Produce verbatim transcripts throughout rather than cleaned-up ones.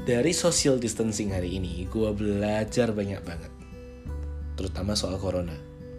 Dari social distancing hari ini, gue belajar banyak banget, terutama soal corona.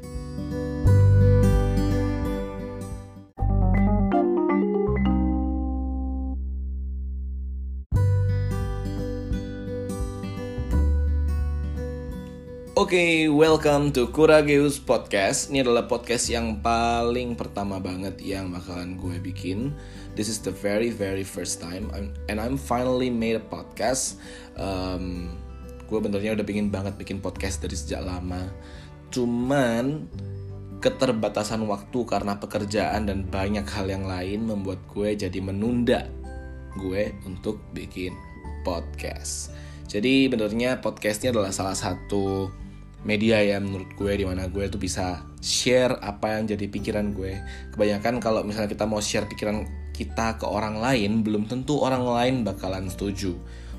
Oke, okay, welcome to Kurageus Podcast. Ini adalah podcast yang paling pertama banget yang bakalan gue bikin. This is the very very first time I'm, and I'm finally made a podcast. um, Gue benernya udah pengen banget bikin podcast dari sejak lama. Cuman keterbatasan waktu karena pekerjaan dan banyak hal yang lain membuat gue jadi menunda gue untuk bikin podcast. Jadi benernya podcast ini adalah salah satu media ya menurut gue, dimana gue tuh bisa share apa yang jadi pikiran gue. Kebanyakan kalau misalnya kita mau share pikiran kita ke orang lain, belum tentu orang lain bakalan setuju.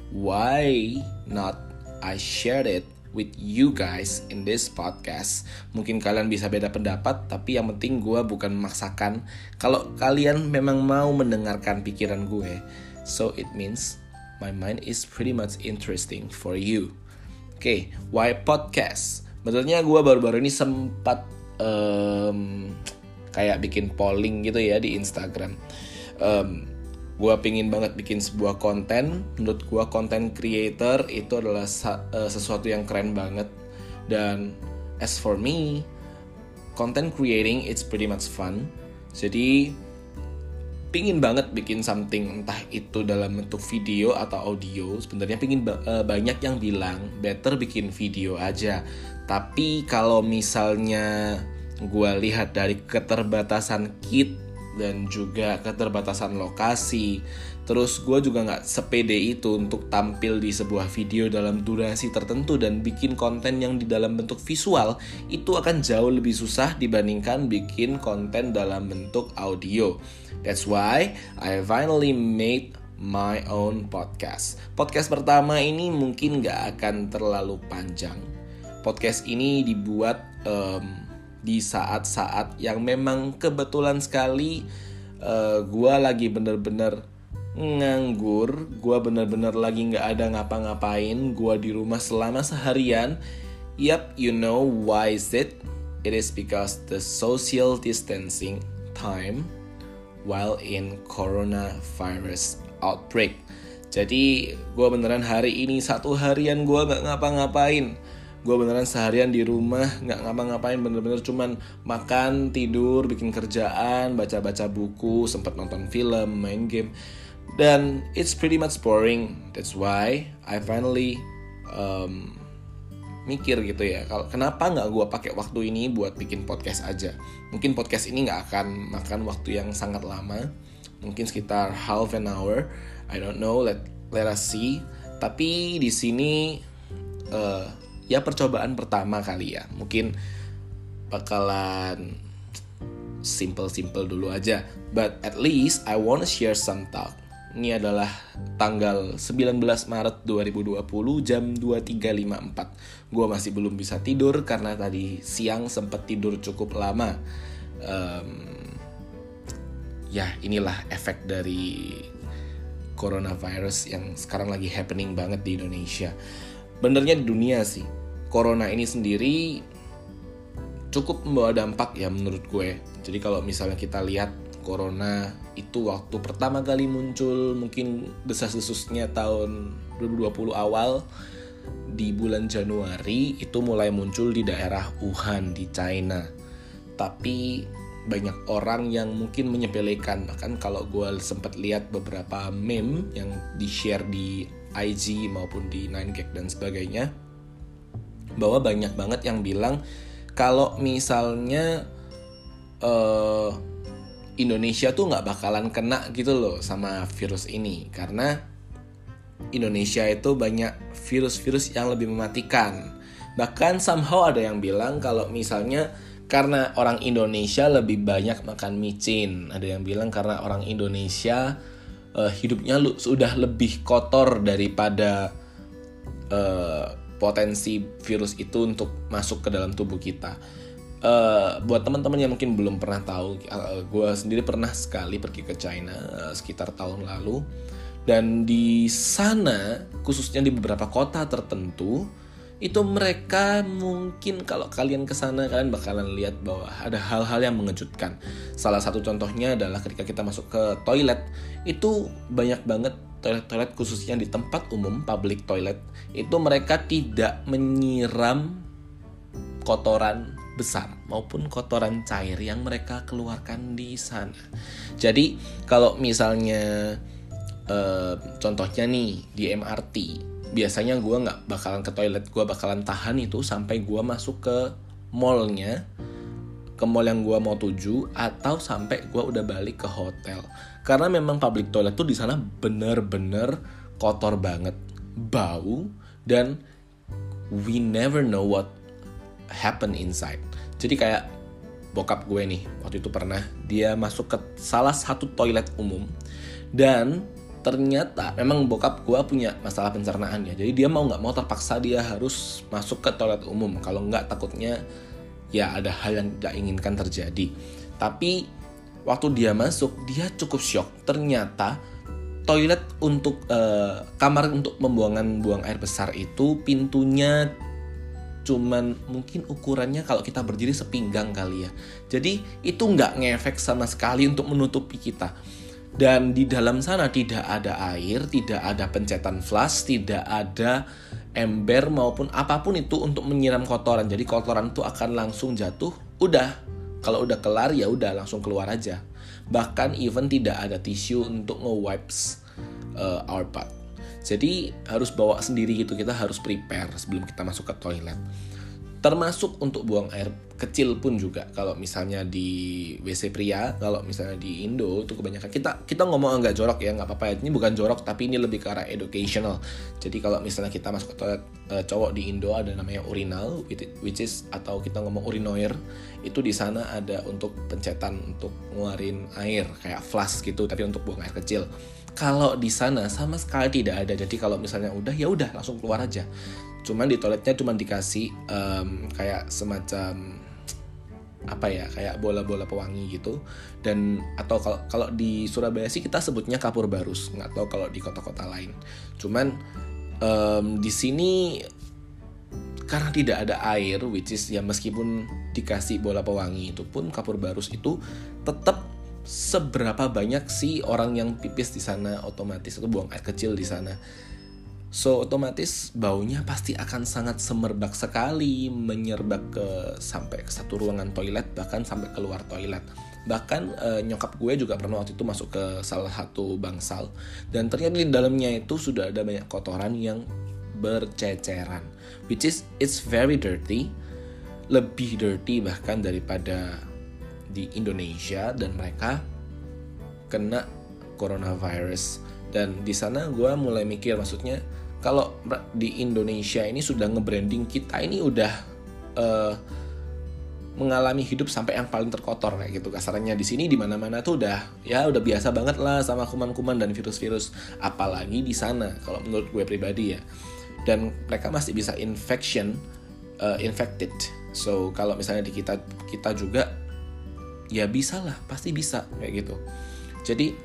Why not I shared it with you guys in this podcast? Mungkin kalian bisa beda pendapat, tapi yang penting gue bukan memaksakan. Kalau kalian memang mau mendengarkan pikiran gue, so it means my mind is pretty much interesting for you. Oke, okay, why podcast? Betulnya gue baru-baru ini sempat um, kayak bikin polling gitu ya di Instagram. Um, gue pingin banget bikin sebuah konten. Menurut gue content creator itu adalah sa- uh, sesuatu yang keren banget. Dan as for me, content creating it's pretty much fun. Jadi pingin banget bikin something, entah itu dalam bentuk video atau audio. Sebenarnya pingin ba- uh, banyak yang bilang better bikin video aja. Tapi kalau misalnya gue lihat dari keterbatasan kit dan juga keterbatasan lokasi, terus gue juga gak sepede itu untuk tampil di sebuah video dalam durasi tertentu dan bikin konten yang di dalam bentuk visual, itu akan jauh lebih susah dibandingkan bikin konten dalam bentuk audio. That's why I finally made my own podcast. Podcast pertama ini mungkin gak akan terlalu panjang. Podcast ini dibuat um, di saat-saat yang memang kebetulan sekali uh, gue lagi bener-bener nganggur. Gue bener-bener lagi gak ada ngapa-ngapain. Gue di rumah selama seharian. Yup, you know why is it? It is because the social distancing time while in coronavirus outbreak. Jadi gue beneran hari ini satu harian gue gak ngapa-ngapain. Gue beneran seharian di rumah gak ngapa-ngapain, bener-bener cuman makan, tidur, bikin kerjaan, baca-baca buku, sempat nonton film, main game. Dan it's pretty much boring. That's why I finally um, mikir gitu ya, kalau kenapa nggak gue pakai waktu ini buat bikin podcast aja. Mungkin podcast ini nggak akan makan waktu yang sangat lama, mungkin sekitar half an hour, I don't know, let let us see. Tapi di sini uh, ya percobaan pertama kali ya, mungkin bakalan simple-simple dulu aja, but at least I wanna share some talk. Ini adalah tanggal sembilan belas Maret dua ribu dua puluh jam dua puluh tiga lima puluh empat. Gue masih belum bisa tidur karena tadi siang sempat tidur cukup lama. um, Ya inilah efek dari coronavirus yang sekarang lagi happening banget di Indonesia. Benernya di dunia sih, corona ini sendiri cukup membawa dampak ya menurut gue. Jadi kalau misalnya kita lihat corona itu waktu pertama kali muncul, mungkin desas-desusnya tahun dua ribu dua puluh awal, di bulan Januari itu mulai muncul di daerah Wuhan di China. Tapi banyak orang yang mungkin menyepelekan. Bahkan kalau gue sempat lihat beberapa meme yang di-share di I G maupun di nine gag dan sebagainya, bahwa banyak banget yang bilang kalau misalnya uh, Indonesia tuh gak bakalan kena gitu loh sama virus ini, karena Indonesia itu banyak virus-virus yang lebih mematikan. Bahkan somehow ada yang bilang kalau misalnya karena orang Indonesia lebih banyak makan micin. Ada yang bilang karena orang Indonesia uh, hidupnya lu, sudah lebih kotor daripada uh, potensi virus itu untuk masuk ke dalam tubuh kita. Uh, buat teman-teman yang mungkin belum pernah tahu, uh, gue sendiri pernah sekali pergi ke China uh, sekitar tahun lalu. Dan di sana, khususnya di beberapa kota tertentu, itu mereka mungkin kalau kalian kesana kalian bakalan lihat bahwa ada hal-hal yang mengejutkan. Salah satu contohnya adalah ketika kita masuk ke toilet, itu banyak banget toilet-toilet khususnya di tempat umum, public toilet, itu mereka tidak menyiram kotoran besar maupun kotoran cair yang mereka keluarkan di sana. Jadi kalau misalnya eh, contohnya nih di M R T, biasanya gue nggak bakalan ke toilet, gue bakalan tahan itu sampai gue masuk ke mallnya, ke mall yang gue mau tuju, atau sampai gue udah balik ke hotel. Karena memang public toilet tuh di sana bener-bener kotor banget, bau, dan we never know what happen inside. Jadi kayak bokap gue nih, waktu itu pernah dia masuk ke salah satu toilet umum, dan ternyata memang bokap gue punya masalah pencernaan ya. Jadi dia mau gak mau terpaksa dia harus masuk ke toilet umum. Kalau gak takutnya ya ada hal yang tidak inginkan terjadi. Tapi waktu dia masuk, dia cukup shock. Ternyata toilet untuk uh, kamar untuk pembuangan buang air besar itu pintunya cuman mungkin ukurannya kalau kita berdiri sepinggang kali ya. Jadi itu gak ngefek sama sekali untuk menutupi kita. Dan di dalam sana tidak ada air, tidak ada pencetan flush, tidak ada ember maupun apapun itu untuk menyiram kotoran. Jadi kotoran itu akan langsung jatuh, udah. Kalau udah kelar ya udah langsung keluar aja. Bahkan even tidak ada tisu untuk nge-wipes uh, our butt. Jadi harus bawa sendiri gitu, kita harus prepare sebelum kita masuk ke toilet. Termasuk untuk buang air kecil pun juga. Kalau misalnya di W C pria, kalau misalnya di Indo itu kebanyakan kita kita ngomong agak jorok ya, nggak apa-apa ya. Ini bukan jorok tapi ini lebih ke arah educational. Jadi kalau misalnya kita masuk ke toilet e, cowok di Indo ada namanya urinal, which is atau kita ngomong urinoir, itu di sana ada untuk pencetan untuk ngeluarin air kayak flush gitu, tapi untuk buang air kecil. Kalau di sana sama sekali tidak ada. Jadi kalau misalnya udah ya udah langsung keluar aja. Cuman di toiletnya cuman dikasih um, kayak semacam apa ya, kayak bola-bola pewangi gitu. Dan atau kalau kalau di Surabaya sih kita sebutnya kapur barus, nggak tahu kalau di kota-kota lain. Cuman um, di sini karena tidak ada air, which is ya meskipun dikasih bola pewangi itu pun kapur barus itu tetap seberapa banyak sih orang yang pipis di sana, otomatis itu buang air kecil di sana. So otomatis baunya pasti akan sangat semerbak sekali, menyerbak ke sampai ke satu ruangan toilet, bahkan sampai keluar toilet. Bahkan eh, nyokap gue juga pernah waktu itu masuk ke salah satu bangsal, dan ternyata di dalamnya itu sudah ada banyak kotoran yang berceceran, which is it's very dirty, lebih dirty bahkan daripada di Indonesia, dan mereka kena coronavirus. Dan di sana gue mulai mikir, maksudnya kalau di Indonesia ini sudah nge-branding kita ini udah uh, mengalami hidup sampai yang paling terkotor kayak gitu kasarannya. Di sini di mana-mana tuh udah ya udah biasa banget lah sama kuman-kuman dan virus-virus, apalagi di sana kalau menurut gue pribadi ya. Dan mereka masih bisa infection uh, infected. So kalau misalnya di kita kita juga ya bisa lah, pasti bisa kayak gitu. Jadi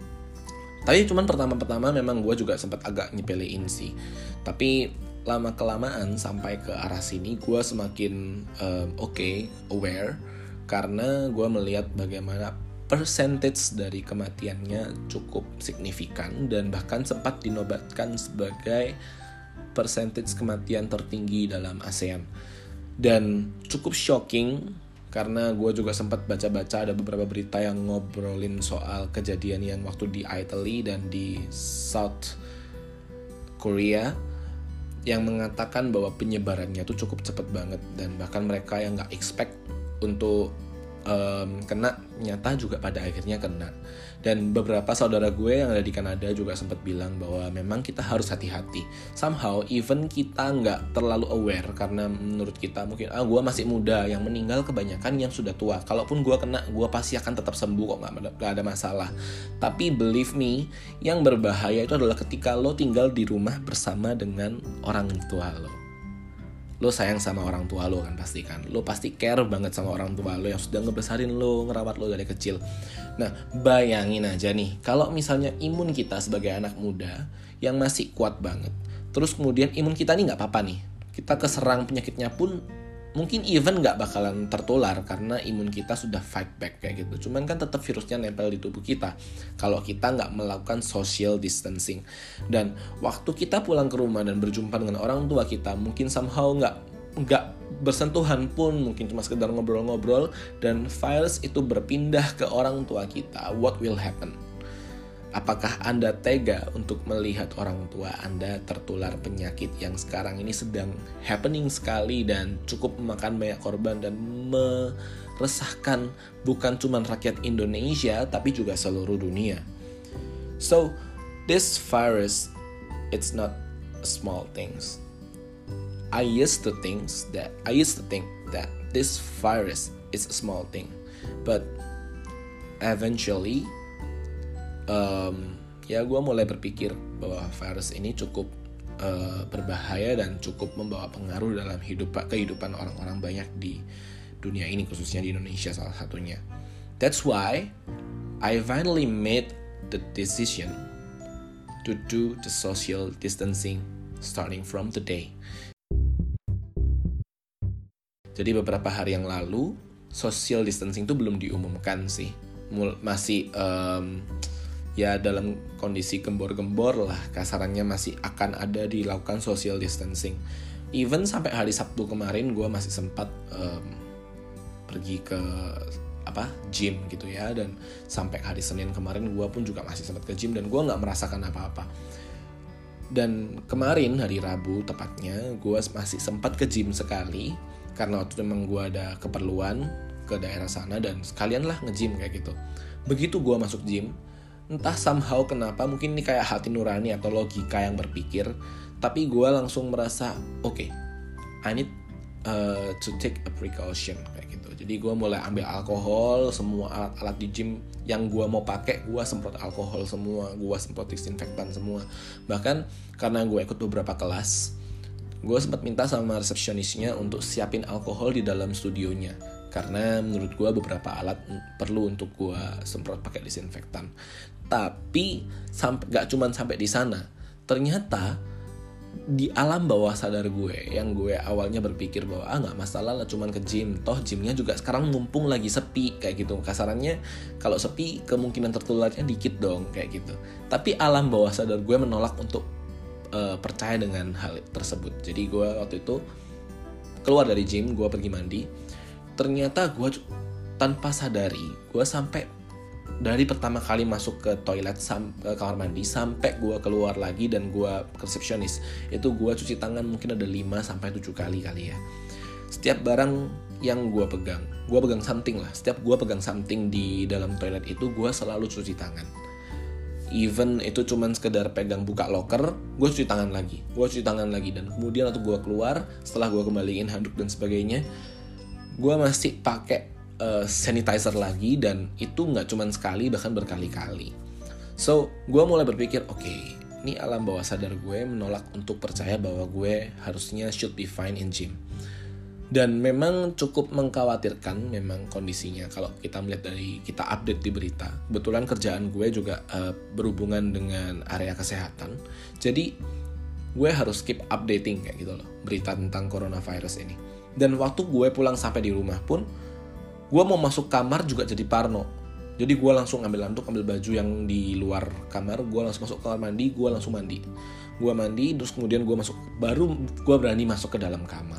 tapi cuman pertama-pertama memang gue juga sempat agak nyepelein sih. Tapi lama-kelamaan sampai ke arah sini gue semakin um, oke, okay, aware. Karena gue melihat bagaimana percentage dari kematiannya cukup signifikan. Dan bahkan sempat dinobatkan sebagai percentage kematian tertinggi dalam ASEAN. Dan cukup shocking, karena gue juga sempat baca-baca ada beberapa berita yang ngobrolin soal kejadian yang waktu di Italy dan di South Korea, yang mengatakan bahwa penyebarannya tuh cukup cepat banget, dan bahkan mereka yang gak expect untuk um, kena, nyata juga pada akhirnya kena. Dan beberapa saudara gue yang ada di Kanada juga sempat bilang bahwa memang kita harus hati-hati. Somehow even kita nggak terlalu aware, karena menurut kita mungkin ah gue masih muda, yang meninggal kebanyakan yang sudah tua. Kalaupun gue kena, gue pasti akan tetap sembuh kok, nggak ada masalah. Tapi believe me, yang berbahaya itu adalah ketika lo tinggal di rumah bersama dengan orang tua lo. lo sayang sama orang tua lo kan pasti kan. Lo pasti care banget sama orang tua lo yang sudah ngebesarin lo, ngerawat lo dari kecil. Nah, bayangin aja nih, kalau misalnya imun kita sebagai anak muda yang masih kuat banget, terus kemudian imun kita nih nggak apa-apa nih, kita keserang penyakitnya pun mungkin even nggak bakalan tertular karena imun kita sudah fight back kayak gitu. Cuman kan tetap virusnya nempel di tubuh kita kalau kita nggak melakukan social distancing. Dan waktu kita pulang ke rumah dan berjumpa dengan orang tua kita, mungkin somehow nggak nggak bersentuhan pun, mungkin cuma sekedar ngobrol-ngobrol, dan virus itu berpindah ke orang tua kita. What will happen? Apakah Anda tega untuk melihat orang tua Anda tertular penyakit yang sekarang ini sedang happening sekali dan cukup memakan banyak korban dan meresahkan bukan cuma rakyat Indonesia tapi juga seluruh dunia? So, this virus, it's not small things. I used to think that I used to think that this virus is a small thing, but eventually Um, ya gue mulai berpikir bahwa virus ini cukup uh, berbahaya dan cukup membawa pengaruh dalam hidup kehidupan orang-orang banyak di dunia ini, khususnya di Indonesia salah satunya. That's why I finally made the decision to do the social distancing starting from today. Jadi beberapa hari yang lalu social distancing itu belum diumumkan sih, Mul- masih um, ya dalam kondisi gembor-gembor lah kasarannya, masih akan ada dilakukan social distancing. Even sampai hari Sabtu kemarin gue masih sempat um, pergi ke apa gym gitu ya, dan sampai hari Senin kemarin gue pun juga masih sempat ke gym dan gue nggak merasakan apa-apa. Dan kemarin hari Rabu tepatnya gue masih sempat ke gym sekali karena waktu itu memang gue ada keperluan ke daerah sana dan sekalian lah nge-gym kayak gitu. Begitu gue masuk gym, entah somehow kenapa, mungkin ini kayak hati nurani atau logika yang berpikir, tapi gue langsung merasa oke, okay, I need uh, to take a precaution kayak gitu. Jadi gue mulai ambil alkohol, semua alat-alat di gym yang gue mau pakai gue semprot alkohol semua, gue semprot disinfektan semua. Bahkan karena gue ikut beberapa kelas, gue sempat minta sama resepsionisnya untuk siapin alkohol di dalam studionya, karena menurut gue beberapa alat perlu untuk gue semprot pakai disinfektan. Tapi sampai nggak cuman sampai di sana, ternyata di alam bawah sadar gue yang gue awalnya berpikir bahwa ah nggak masalah lah cuman ke gym, toh gymnya juga sekarang mumpung lagi sepi kayak gitu. Kasarannya kalau sepi kemungkinan tertularnya dikit dong kayak gitu. Tapi alam bawah sadar gue menolak untuk uh, percaya dengan hal tersebut. Jadi gue waktu itu keluar dari gym, gue pergi mandi. Ternyata gue tanpa sadari, gue sampai dari pertama kali masuk ke toilet sam- ke kamar mandi sampai gue keluar lagi dan gue ke resepsionis, itu gue cuci tangan mungkin ada lima sampai tujuh kali kali ya. Setiap barang yang gue pegang, gue pegang something lah, setiap gue pegang something di dalam toilet itu gue selalu cuci tangan. Even itu cuman sekedar pegang buka loker, gue cuci tangan lagi, gue cuci tangan lagi, dan kemudian waktu gue keluar, setelah gue kembaliin handuk dan sebagainya, gue masih pakai uh, sanitizer lagi, dan itu nggak cuma sekali, bahkan berkali-kali. So, gue mulai berpikir, oke, okay, ini alam bawah sadar gue menolak untuk percaya bahwa gue harusnya should be fine in gym. Dan memang cukup mengkhawatirkan memang kondisinya kalau kita melihat dari, kita update di berita. Kebetulan kerjaan gue juga uh, berhubungan dengan area kesehatan, jadi gue harus keep updating kayak gitu loh, berita tentang coronavirus ini. Dan waktu gue pulang sampai di rumah pun, gue mau masuk kamar juga jadi parno. Jadi gue langsung ambil handuk, ambil baju yang di luar kamar, gue langsung masuk kamar mandi, gue langsung mandi. Gue mandi, terus kemudian gue masuk, baru gue berani masuk ke dalam kamar.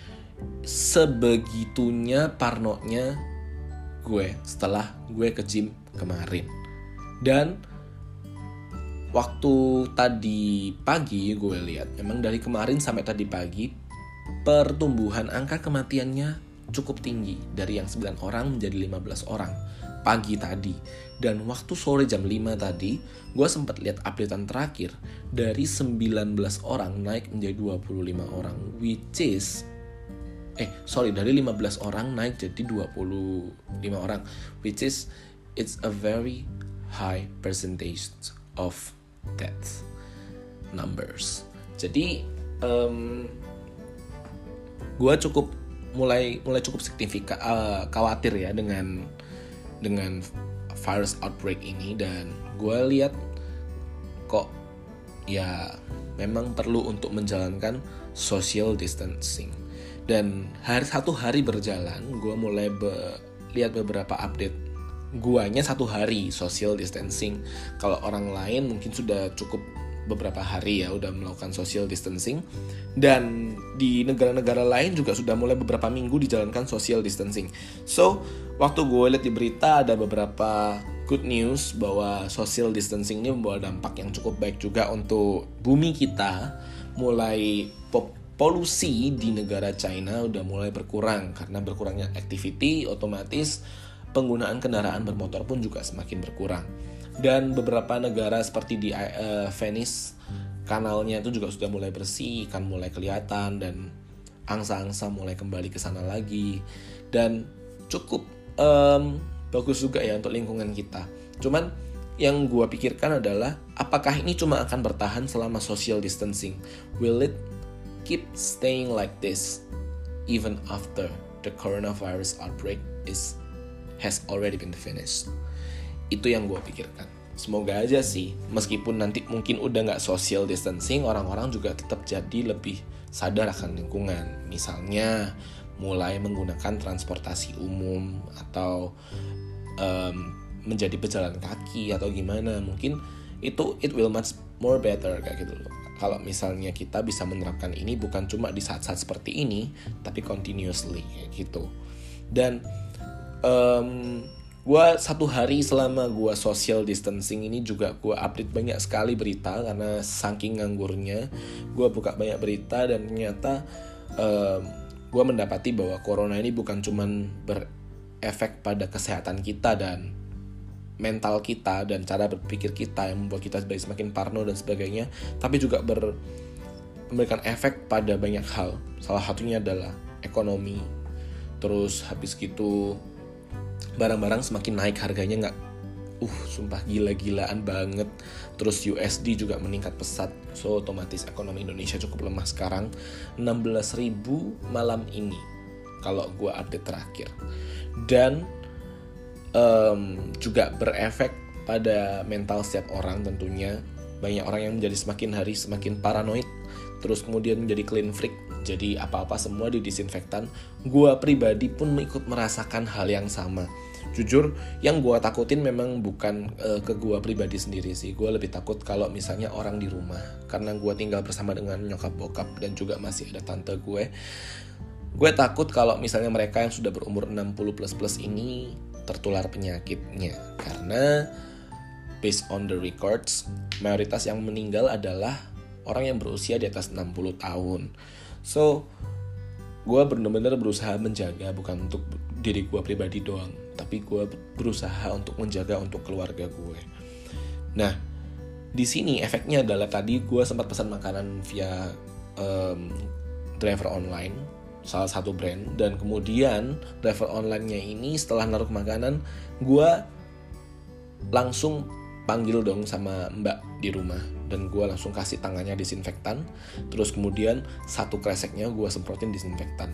Sebegitunya parnonya gue setelah gue ke gym kemarin. Dan waktu tadi pagi gue lihat, memang dari kemarin sampai tadi pagi, pertumbuhan angka kematiannya cukup tinggi, dari yang sembilan orang menjadi lima belas orang pagi tadi. Dan waktu sore jam lima tadi, gue sempat lihat updatean terakhir, dari sembilan belas orang naik menjadi dua puluh lima orang, which is eh sorry dari lima belas orang naik jadi dua puluh lima orang, which is it's a very high percentage of death numbers. Jadi um, gue cukup mulai mulai cukup signifikan uh, khawatir ya dengan dengan virus outbreak ini, dan gue lihat kok ya memang perlu untuk menjalankan social distancing. Dan hari satu hari berjalan, gue mulai be, lihat beberapa update guanya satu hari social distancing. Kalau orang lain mungkin sudah cukup beberapa hari ya udah melakukan social distancing, dan di negara-negara lain juga sudah mulai beberapa minggu dijalankan social distancing. So waktu gue lihat di berita ada beberapa good news bahwa social distancing ini membawa dampak yang cukup baik juga untuk bumi kita. Mulai pop polusi di negara China udah mulai berkurang karena berkurangnya activity, otomatis penggunaan kendaraan bermotor pun juga semakin berkurang. Dan beberapa negara seperti di uh, Venice, kanalnya itu juga sudah mulai bersih, ikan mulai kelihatan, dan angsa-angsa mulai kembali ke sana lagi. Dan cukup um, bagus juga ya untuk lingkungan kita. Cuman yang gue pikirkan adalah, apakah ini cuma akan bertahan selama social distancing? Will it keep staying like this even after the coronavirus outbreak is has already been finished? Itu yang gue pikirkan. Semoga aja sih, meskipun nanti mungkin udah gak social distancing, orang-orang juga tetap jadi lebih sadar akan lingkungan. Misalnya mulai menggunakan transportasi umum, atau um, menjadi pejalan kaki, atau gimana. Mungkin itu it will much more better kayak gitu loh. Kalau misalnya kita bisa menerapkan ini bukan cuma di saat-saat seperti ini, tapi continuously kayak gitu. Dan um, gue satu hari selama gue social distancing ini juga gue update banyak sekali berita, karena saking nganggurnya gue buka banyak berita, dan ternyata um, gue mendapati bahwa corona ini bukan cuman berefek pada kesehatan kita dan mental kita dan cara berpikir kita yang membuat kita semakin parno dan sebagainya, tapi juga ber, memberikan efek pada banyak hal. Salah satunya adalah ekonomi. Terus habis gitu barang-barang semakin naik harganya, nggak uh sumpah gila-gilaan banget. Terus U S D juga meningkat pesat, so otomatis ekonomi Indonesia cukup lemah sekarang. enam belas ribu malam ini kalau gue update terakhir. Dan um, juga berefek pada mental setiap orang tentunya. Banyak orang yang menjadi semakin hari semakin paranoid, terus kemudian menjadi clean freak, jadi apa-apa semua didisinfektan. Gua pribadi pun ikut merasakan hal yang sama. Jujur, yang gua takutin memang bukan uh, ke gua pribadi sendiri sih. Gua lebih takut kalau misalnya orang di rumah, karena gua tinggal bersama dengan nyokap bokap dan juga masih ada tante gue. Gue takut kalau misalnya mereka yang sudah berumur enam puluh plus plus ini tertular penyakitnya, karena based on the records, mayoritas yang meninggal adalah orang yang berusia di atas enam puluh tahun. So, gue benar-benar berusaha menjaga, bukan untuk diri gue pribadi doang, tapi gue berusaha untuk menjaga untuk keluarga gue. Nah, di sini efeknya adalah tadi gue sempat pesan makanan via um, driver online, salah satu brand, dan kemudian driver online-nya ini setelah naruh makanan, gue langsung panggil dong sama mbak di rumah, dan gue langsung kasih tangannya disinfektan, terus kemudian satu kreseknya gue semprotin disinfektan.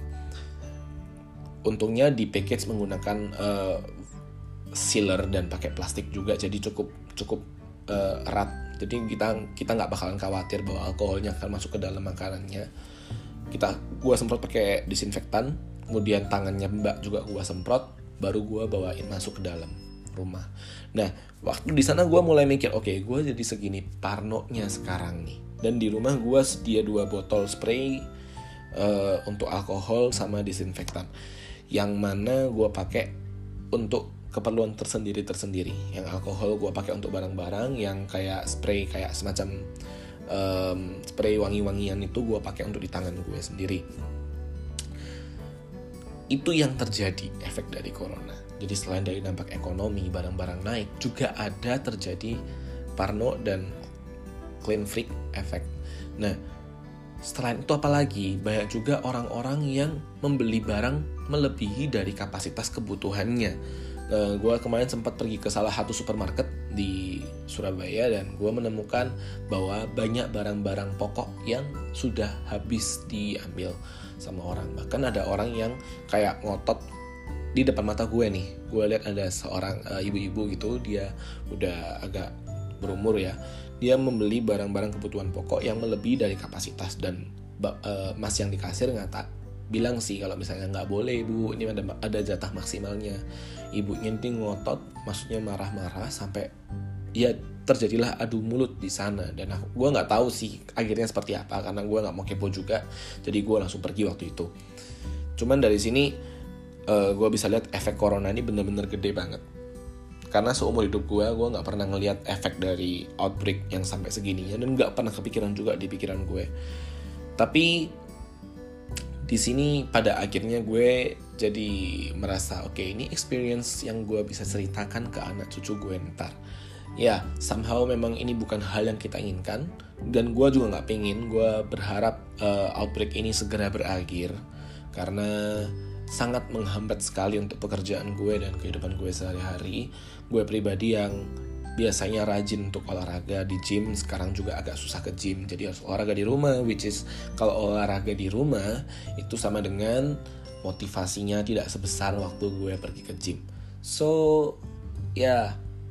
Untungnya di package menggunakan uh, sealer dan pakai plastik juga, jadi cukup cukup uh, erat, jadi kita kita nggak bakalan khawatir bahwa alkoholnya akan masuk ke dalam makanannya. Kita gue semprot pakai disinfektan, kemudian tangannya mbak juga gue semprot, baru gue bawain masuk ke dalam rumah. Nah, waktu di sana gue mulai mikir, oke, okay, gue jadi segini parnonya sekarang nih. Dan di rumah gue sedia dua botol spray uh, untuk alkohol sama disinfektan, yang mana gue pakai untuk keperluan tersendiri-tersendiri. Yang alkohol gue pakai untuk barang-barang, yang kayak spray, kayak semacam um, spray wangi-wangian itu gue pakai untuk di tangan gue sendiri. Itu yang terjadi efek dari corona. Jadi selain dari dampak ekonomi, barang-barang naik, juga ada terjadi parno dan clean freak effect. Nah, selain itu apalagi, banyak juga orang-orang yang membeli barang melebihi dari kapasitas kebutuhannya. Nah, gue kemarin sempat pergi ke salah satu supermarket, di Surabaya, dan gue menemukan bahwa banyak barang-barang pokok yang sudah habis diambil sama orang. Bahkan ada orang yang kayak ngotot di depan mata gue nih. Gue lihat ada seorang uh, ibu-ibu gitu, dia udah agak berumur ya. Dia membeli barang-barang kebutuhan pokok yang melebihi dari kapasitas, dan uh, mas yang di kasir ngata bilang sih kalau misalnya nggak boleh ibu, ini ada ada jatah maksimalnya. Ibunya nanti ngotot, maksudnya marah-marah sampai ya terjadilah adu mulut di sana. Dan aku, gue nggak tahu sih akhirnya seperti apa, karena gue nggak mau kepo juga, jadi gue langsung pergi waktu itu. Cuman dari sini uh, gue bisa lihat efek corona ini bener-bener gede banget. Karena seumur hidup gue, gue nggak pernah ngelihat efek dari outbreak yang sampai segininya, dan nggak pernah kepikiran juga di pikiran gue. Tapi di sini pada akhirnya gue jadi merasa oke, okay, ini experience yang gue bisa ceritakan ke anak cucu gue ntar. Ya, somehow memang ini bukan hal yang kita inginkan, dan gue juga nggak pengen. Gue berharap uh, outbreak ini segera berakhir, karena sangat menghambat sekali untuk pekerjaan gue dan kehidupan gue sehari-hari. Gue pribadi yang biasanya rajin untuk olahraga di gym, sekarang juga agak susah ke gym, jadi harus olahraga di rumah. Which is kalau olahraga di rumah itu sama dengan motivasinya tidak sebesar waktu gue pergi ke gym. So ya yeah,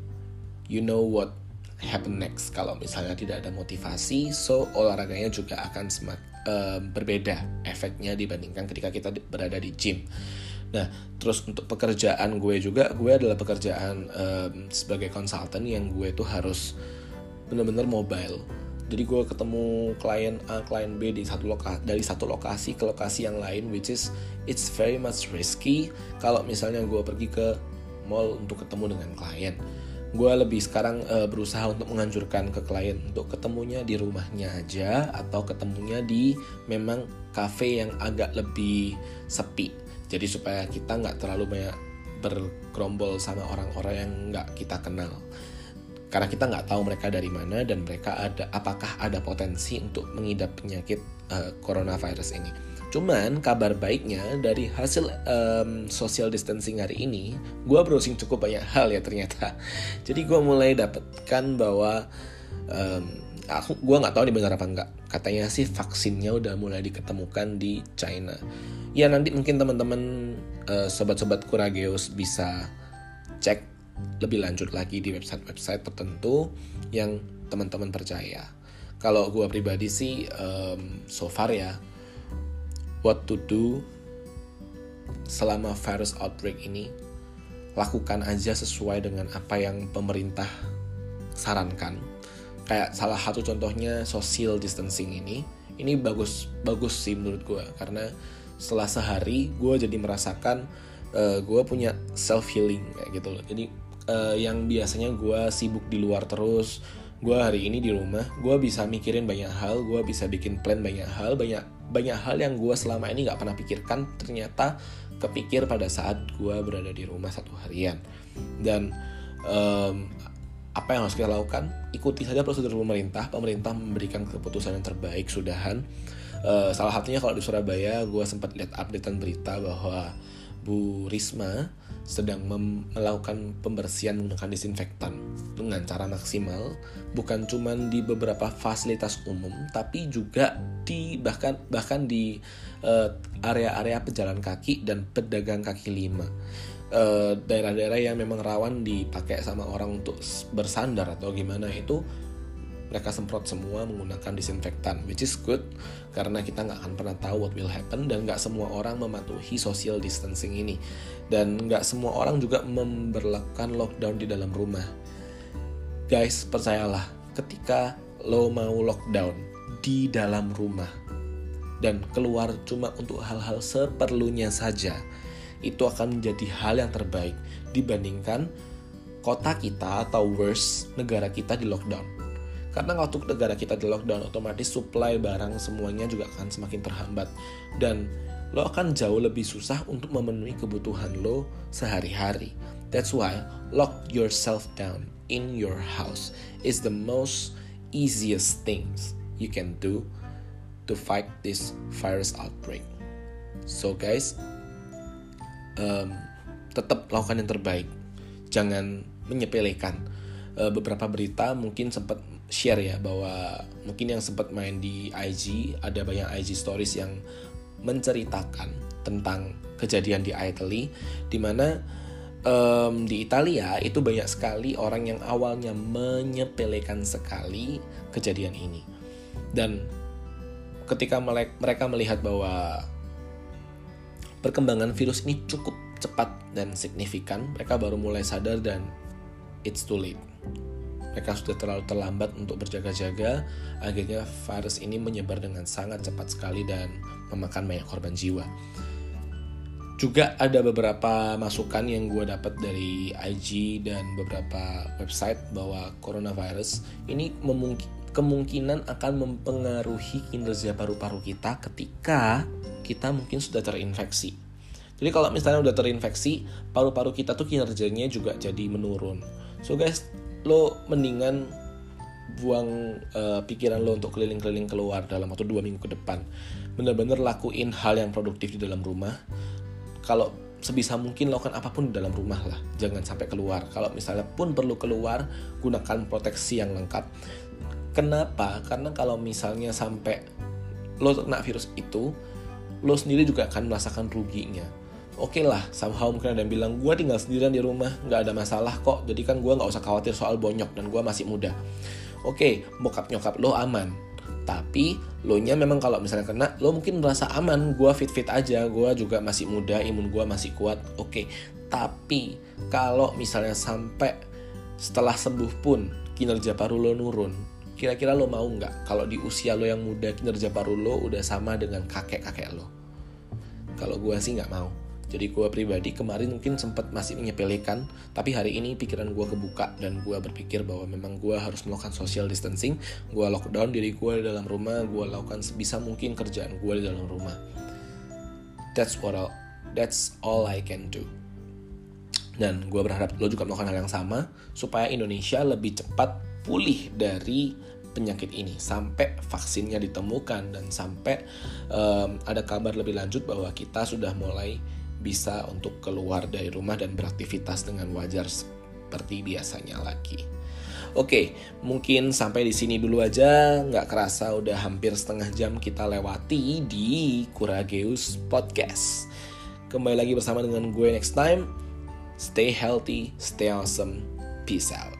you know what happen next kalau misalnya tidak ada motivasi. So olahraganya juga akan semak, uh, berbeda efeknya dibandingkan ketika kita berada di gym. Nah, terus untuk pekerjaan gue juga, gue adalah pekerjaan um, sebagai konsultan yang gue tuh harus benar-benar mobile. Jadi gue ketemu klien A, klien B di satu loka- dari satu lokasi ke lokasi yang lain, which is it's very much risky. Kalau misalnya gue pergi ke mall untuk ketemu dengan klien, gue lebih sekarang uh, berusaha untuk menganjurkan ke klien untuk ketemunya di rumahnya aja, atau ketemunya di memang cafe yang agak lebih sepi. Jadi supaya kita nggak terlalu banyak bergerombol sama orang-orang yang nggak kita kenal. Karena kita nggak tahu mereka dari mana, dan mereka ada apakah ada potensi untuk mengidap penyakit uh, coronavirus ini. Cuman kabar baiknya dari hasil um, social distancing hari ini, gue browsing cukup banyak hal ya ternyata. Jadi gue mulai dapatkan bahwa um, aku gue nggak tahu ini benar apa enggak. Katanya sih vaksinnya udah mulai diketemukan di China. Ya nanti mungkin teman-teman uh, sobat-sobat Kurageus bisa cek lebih lanjut lagi di website-website tertentu yang teman-teman percaya. Kalau gue pribadi sih um, so far ya, what to do selama virus outbreak ini, lakukan aja sesuai dengan apa yang pemerintah sarankan. Kayak salah satu contohnya social distancing ini, ini bagus bagus sih menurut gue, karena setelah sehari gue jadi merasakan uh, gue punya self healing kayak gitu loh. Jadi uh, yang biasanya gue sibuk di luar terus, gue hari ini di rumah, gue bisa mikirin banyak hal, gue bisa bikin plan banyak hal, banyak banyak hal yang gue selama ini nggak pernah pikirkan ternyata kepikir pada saat gue berada di rumah satu harian. Dan um, apa yang harus kita lakukan? Ikuti saja prosedur pemerintah. Pemerintah memberikan keputusan yang terbaik sudahan. Uh, salah satunya kalau di Surabaya, gue sempat lihat updatean berita bahwa Bu Risma sedang mem- melakukan pembersihan menggunakan disinfektan dengan cara maksimal, bukan cuma di beberapa fasilitas umum, tapi juga di bahkan bahkan di uh, area-area pejalan kaki dan pedagang kaki lima. Uh, daerah-daerah yang memang rawan dipakai sama orang untuk bersandar atau gimana, itu mereka semprot semua menggunakan disinfektan, which is good karena kita nggak akan pernah tahu what will happen, dan nggak semua orang mematuhi social distancing ini, dan nggak semua orang juga memberlakukan lockdown di dalam rumah. Guys, percayalah, ketika lo mau lockdown di dalam rumah dan keluar cuma untuk hal-hal seperlunya saja, itu akan menjadi hal yang terbaik dibandingkan kota kita atau worse, negara kita di lockdown. Karena waktu negara kita di lockdown, otomatis supply barang semuanya juga akan semakin terhambat, dan lo akan jauh lebih susah untuk memenuhi kebutuhan lo sehari-hari. That's why lock yourself down in your house is the most easiest things you can do to fight this virus outbreak. So guys, um, tetap lakukan yang terbaik, jangan menyepelekan uh, beberapa berita mungkin sempat share ya, bahwa mungkin yang sempat main di I G, ada banyak I G stories yang menceritakan tentang kejadian di Italy, di mana um, di Italia itu banyak sekali orang yang awalnya menyepelekan sekali kejadian ini. Dan ketika mereka melihat bahwa perkembangan virus ini cukup cepat dan signifikan, mereka baru mulai sadar dan it's too late. Mereka sudah terlalu terlambat untuk berjaga-jaga. Akhirnya virus ini menyebar dengan sangat cepat sekali dan memakan banyak korban jiwa. Juga ada beberapa masukan yang gue dapat dari I G dan beberapa website bahwa coronavirus ini memungkinkan kemungkinan akan mempengaruhi kinerja paru-paru kita ketika kita mungkin sudah terinfeksi. Jadi kalau misalnya udah terinfeksi, paru-paru kita tuh kinerjanya juga jadi menurun. So guys, lo mendingan buang uh, pikiran lo untuk keliling-keliling keluar dalam waktu dua minggu ke depan. Bener-bener lakuin hal yang produktif di dalam rumah. Kalau sebisa mungkin lakukan apapun di dalam rumah lah, jangan sampai keluar. Kalau misalnya pun perlu keluar, gunakan proteksi yang lengkap. Kenapa? Karena kalau misalnya sampai lo kena virus itu, lo sendiri juga akan merasakan ruginya. Oke lah, somehow mungkin ada yang bilang, gue tinggal sendirian di rumah, gak ada masalah kok, jadi kan gue gak usah khawatir soal bonyok dan gue masih muda. Oke, bokap nyokap lo aman, tapi lo nya memang kalau misalnya kena, lo mungkin merasa aman, gue fit-fit aja, gue juga masih muda, imun gue masih kuat. Oke, tapi kalau misalnya sampai setelah sembuh pun kinerja paru lo nurun, kira-kira lo mau nggak kalau di usia lo yang muda kinerja paru lo udah sama dengan kakek-kakek lo? Kalau gue sih nggak mau. Jadi gue pribadi kemarin mungkin sempat masih menyepelekan, tapi hari ini pikiran gue kebuka dan gue berpikir bahwa memang gue harus melakukan social distancing. Gue lockdown diri gue di dalam rumah, gue lakukan sebisa mungkin kerjaan gue di dalam rumah. That's what I'll, that's all I can do. Dan gue berharap lo juga melakukan hal yang sama supaya Indonesia lebih cepat pulih dari penyakit ini sampai vaksinnya ditemukan dan sampai um, ada kabar lebih lanjut bahwa kita sudah mulai bisa untuk keluar dari rumah dan beraktivitas dengan wajar seperti biasanya lagi. Oke, mungkin sampai di sini dulu aja. Nggak kerasa udah hampir setengah jam kita lewati di Kurageus Podcast. Kembali lagi bersama dengan gue next time. Stay healthy, stay awesome. Peace out.